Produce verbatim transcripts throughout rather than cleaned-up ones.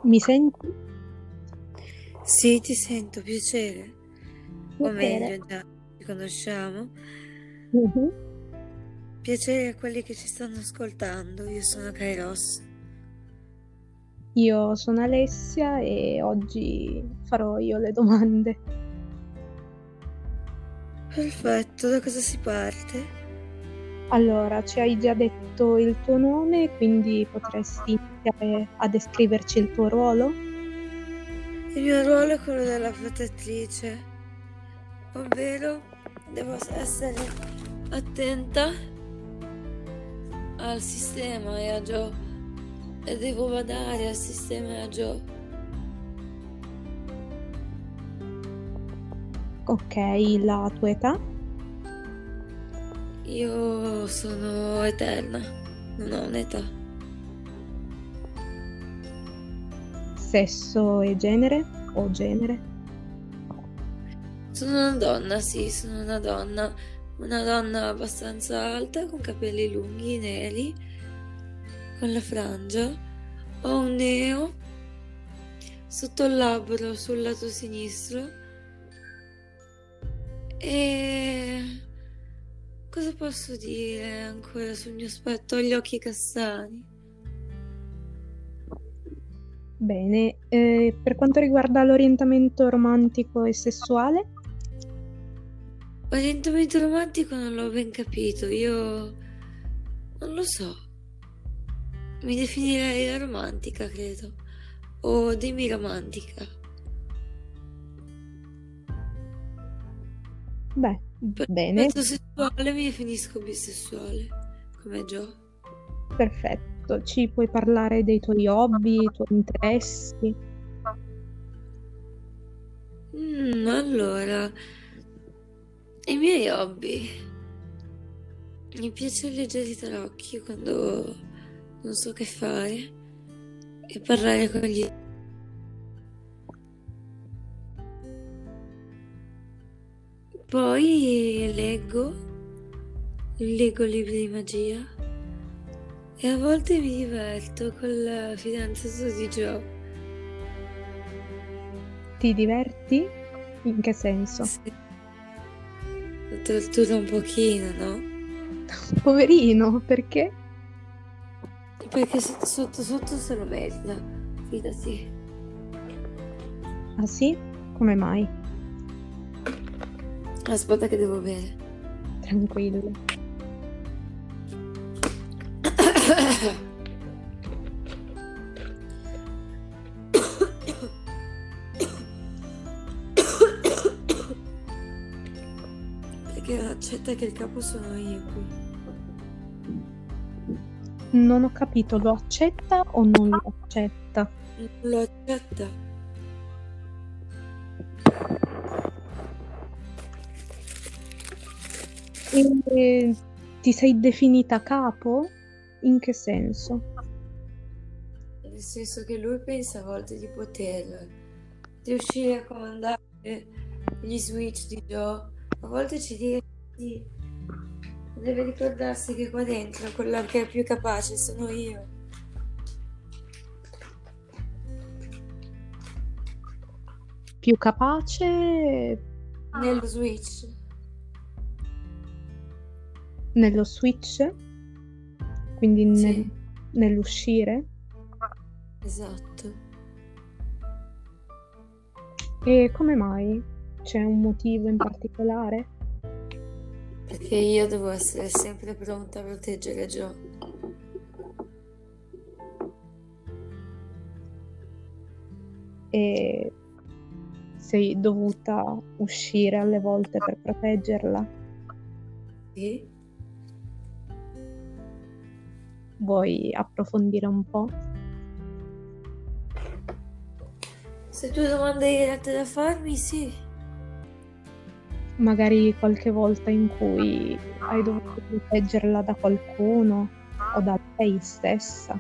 Mi senti? Sì, ti sento, piacere. O Piacere. meglio, già ci conosciamo. Mhm. Piacere a quelli che ci stanno ascoltando. Io sono Kairos. Io sono Alessia e oggi farò io le domande. Perfetto, da cosa si parte? Allora, ci hai già detto il tuo nome, quindi potresti iniziare a descriverci il tuo ruolo? Il mio ruolo è quello della protettrice, ovvero devo essere attenta al sistema e a Joe e devo badare al sistema e a Joe. Ok, la tua età, Io sono eterna, non ho un'età. sesso e genere o genere? Sono una donna, sì, sono una donna. Una donna abbastanza alta, con capelli lunghi, neri, con la frangia. Ho un neo sotto il labbro sul lato sinistro. E cosa posso dire ancora sul mio aspetto? Ho gli occhi castani. Bene, eh, per quanto riguarda l'orientamento romantico e sessuale, Orientamento romantico non l'ho ben capito, io non lo so. Mi definirei da romantica, credo. O dimmi romantica. beh, Per bene, l'aspetto sessuale mi definisco bisessuale, come Joe. perfetto. Ci puoi parlare dei tuoi hobby, i tuoi interessi? Mm, allora, i miei hobby. Mi piace leggere i tarocchi quando non so che fare e parlare con gli... Poi leggo, leggo libri di magia e a volte mi diverto con la fidanzata di Joe. Ti diverti? In che senso? Sì, lo torturo un pochino, no? Poverino, perché? Perché sotto sotto, sotto se lo merita, fidati. Ah sì? Come mai? Aspetta che devo bere. Tranquillo. Perché accetta che il capo sono io qui. Non ho capito, lo accetta o non lo accetta? Non lo accetta. E ti sei definita capo? In che senso? Nel senso che lui pensa a volte di poter riuscire a comandare gli switch di Joe. A volte ci dice sì. Deve ricordarsi che qua dentro quella che è più capace sono io. Più capace Nello switch. nello switch, quindi nel- Sì, nell'uscire? esatto. E come mai? C'è un motivo in particolare? Perché io devo essere sempre pronta a proteggere Joe. E sei dovuta uscire alle volte per proteggerla? Sì? Vuoi approfondire un po'? Se tu hai domande dirette da farmi, sì. Magari qualche volta in cui hai dovuto proteggerla da qualcuno o da lei stessa.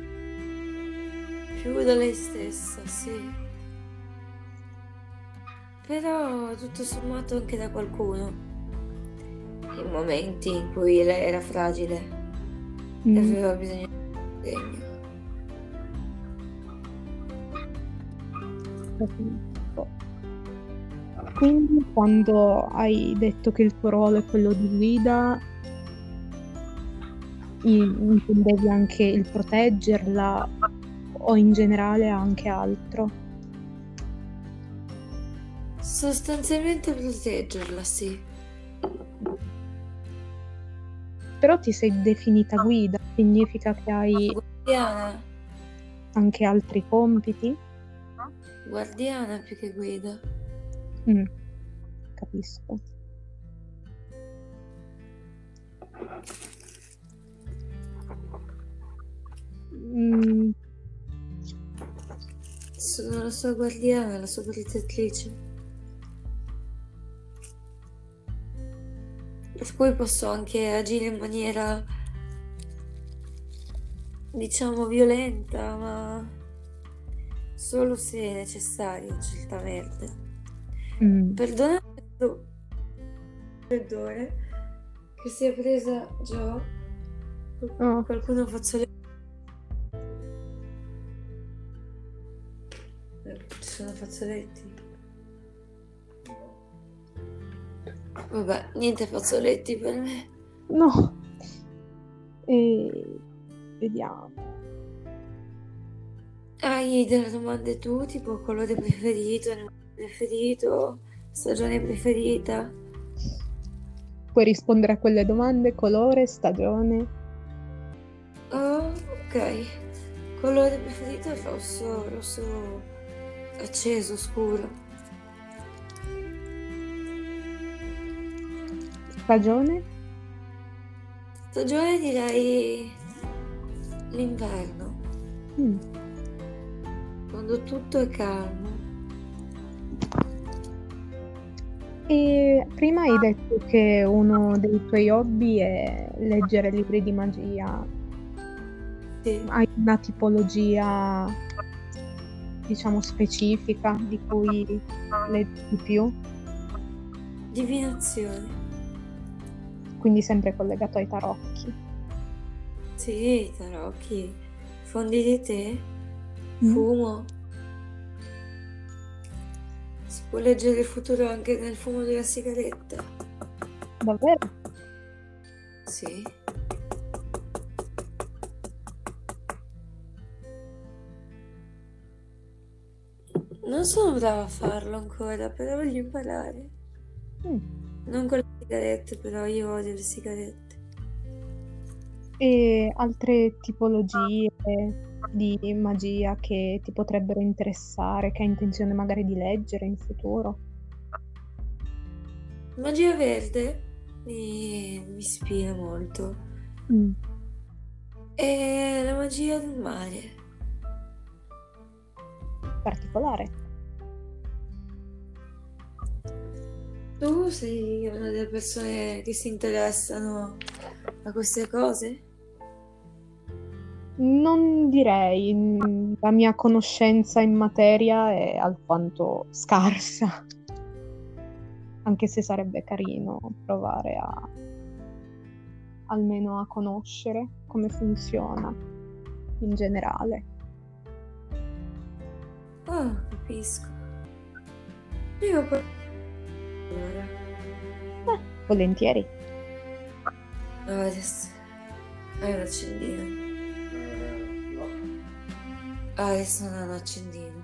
Più da lei stessa, sì. Però tutto sommato anche da qualcuno. In momenti in cui lei era fragile e Mm, aveva bisogno di sostegno. Capisco. Quindi quando hai detto che il tuo ruolo è quello di guida, in- intendevi anche il proteggerla o in generale anche altro? Sostanzialmente proteggerla, sì. Però ti sei definita guida, significa che hai Guardiana, anche altri compiti? guardiana più che guida. Mm, capisco. Mm, Sono la sua guardiana, la sua protettrice. Per cui posso anche agire in maniera, diciamo, violenta, ma solo se è necessario, certamente. mm, Perdona questo raffreddore che si è presa Gio. oh, Qualcuno fazzoletto. Ci sono fazzoletti. Vabbè, niente fazzoletti per me. no. E vediamo. Hai delle domande tu, tipo colore preferito, animale preferito, stagione preferita? Puoi rispondere a quelle domande, colore, stagione. Oh, ok. Colore preferito è rosso, rosso acceso, scuro. Stagione? Stagione direi l'inverno, Mm. quando tutto è calmo. E prima hai detto che uno dei tuoi hobby è leggere libri di magia. Sì. Hai una tipologia, diciamo, specifica di cui leggi di più? Divinazione. Quindi sempre collegato ai tarocchi. Sì, tarocchi. Fondi di tè, Mm. fumo. Si può leggere il futuro anche nel fumo della sigaretta. Davvero? Sì. Non sono brava a farlo ancora, però voglio imparare. Mm. Non con le sigarette, però io odio le sigarette. E altre tipologie di magia che ti potrebbero interessare, che hai intenzione magari di leggere in futuro? Magia verde mi, mi ispira molto. Mm. E la magia del mare. Particolare. Tu sei una delle persone che si interessano a queste cose? Non direi, mm, la mia conoscenza in materia è alquanto scarsa, anche se sarebbe carino provare a almeno a conoscere come funziona in generale. Ah, capisco. Io poi... Allora, Eh, volentieri. no, adesso hai un accendino. Ah, adesso non ho un accendino.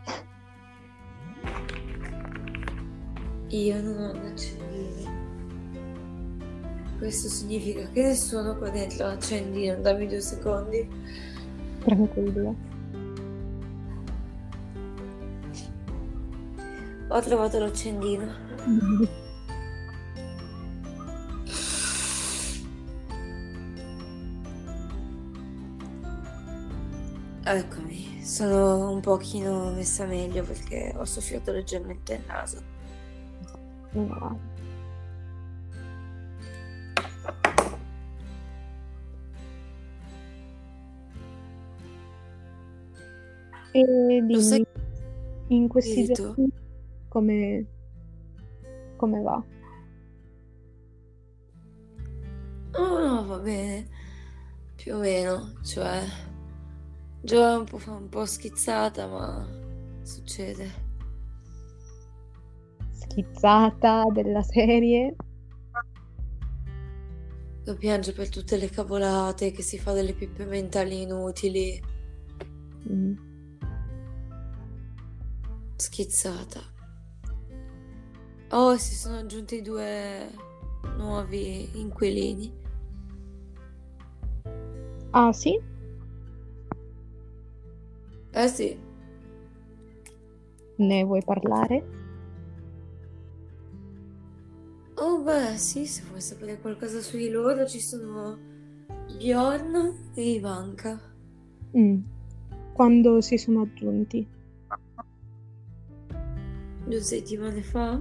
Io non ho un accendino. Questo significa che nessuno qua dentro ha un accendino. Dammi due secondi. Tranquillo. Ho trovato l'accendino. Eccomi, sono un pochino messa meglio perché ho soffiato leggermente il naso. No. E Lo sai dimmi, in questi che tu? giorni come, come va? Oh no, va bene. Più o meno, cioè... Già è un po', un po' schizzata, ma succede? Schizzata della serie. Lo piange per tutte le cavolate, che si fa delle pippe mentali inutili. Mm. Schizzata. Oh, si sono aggiunti due nuovi inquilini. Ah, sì? Eh sì. Ne vuoi parlare? Oh beh, sì, se vuoi sapere qualcosa su di loro, ci sono Bjorn e Ivanka. Mm. Quando si sono aggiunti? Due settimane fa?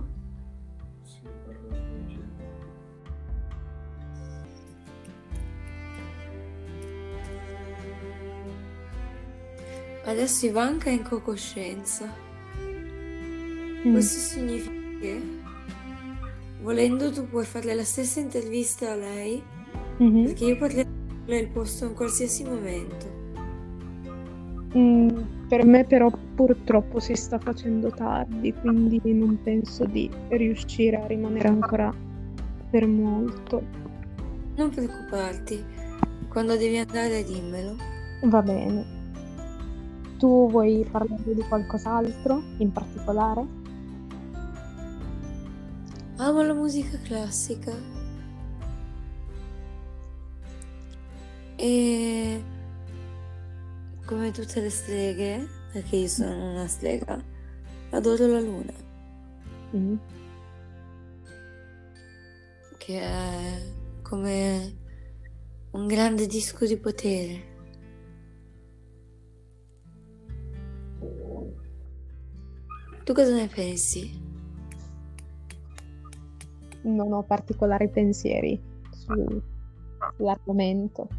Adesso Ivanka è in coscienza. Mm. Questo significa che, volendo, tu puoi farle la stessa intervista a lei, Mhm. perché io potrei darle il posto in qualsiasi momento. Mm, per me però purtroppo si sta facendo tardi, quindi non penso di riuscire a rimanere ancora per molto. Non preoccuparti, quando devi andare dimmelo. Va bene. Tu vuoi parlare di qualcos'altro in particolare? Amo la musica classica. E come tutte le streghe, perché io sono una strega, adoro la luna, Mm. che è come un grande disco di potere. Tu cosa ne pensi? Non ho particolari pensieri su- sull'argomento.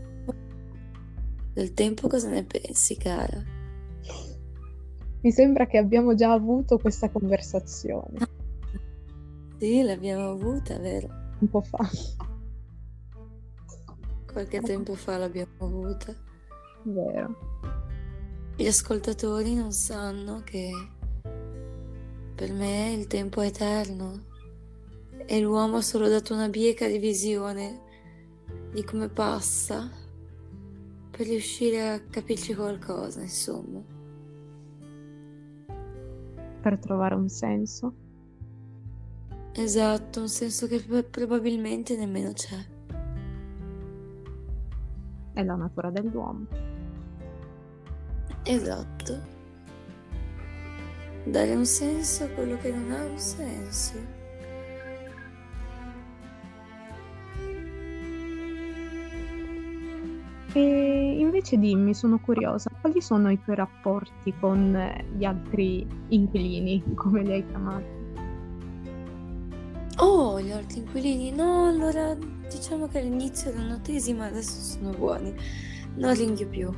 Del tempo cosa ne pensi, cara? Mi sembra che abbiamo già avuto questa conversazione Sì, l'abbiamo avuta, vero? un po' fa. Qualche tempo fa l'abbiamo avuta. Vero. Gli ascoltatori non sanno che per me il tempo è eterno e l'uomo ha solo dato una bieca di visione di come passa per riuscire a capirci qualcosa, insomma. Per trovare un senso. Esatto, un senso che p- probabilmente nemmeno c'è. È la natura dell'uomo. Esatto. Dare un senso a quello che non ha un senso. E invece dimmi, sono curiosa, quali sono i tuoi rapporti con eh, gli altri inquilini, come li hai chiamati? Oh, gli altri inquilini? No, allora diciamo che all'inizio erano tesi, ma adesso sono buoni. Non ringhio più.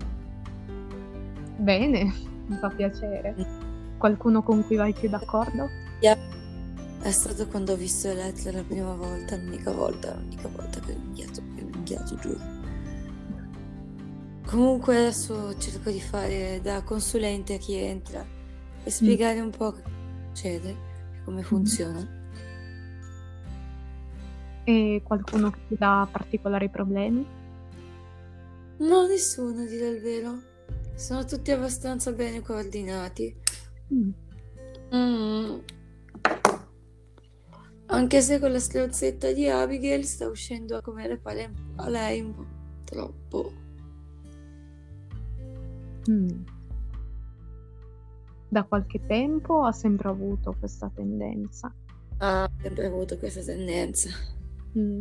Bene, mi fa piacere. Qualcuno con cui vai più d'accordo? È stato quando ho visto Elettra la prima volta, l'unica volta, l'unica volta che ho ringhiato, che ho ringhiato, giuro. Comunque adesso cerco di fare da consulente a chi entra e spiegare un po' che cosa succede e come funziona. E qualcuno che ti dà particolari problemi? No, nessuno, a dire il vero. Sono tutti abbastanza bene coordinati. Mm. Mm. Anche se con la strozzetta di Abigail sta uscendo a come le pare a lei un po' troppo. Mm. Da qualche tempo ha sempre avuto questa tendenza. Ha sempre avuto questa tendenza. Mm.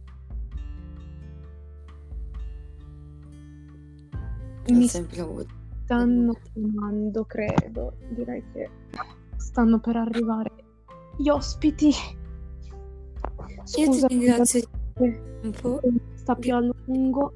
L'ha Mi sempre avuto. stanno chiamando, credo. Direi che stanno per arrivare gli ospiti. Io ti Scusa, ringrazio un po'. sta più a lungo,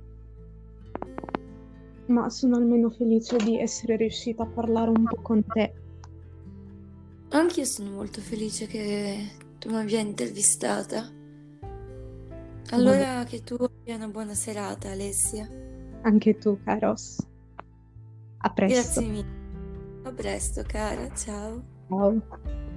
ma sono almeno felice di essere riuscita a parlare un po' con te. Anche io sono molto felice che tu mi abbia intervistata. Allora che tu abbia una buona serata, Alessia. Anche tu, Caros. A presto. Grazie mille. A presto, cara, ciao. Ciao.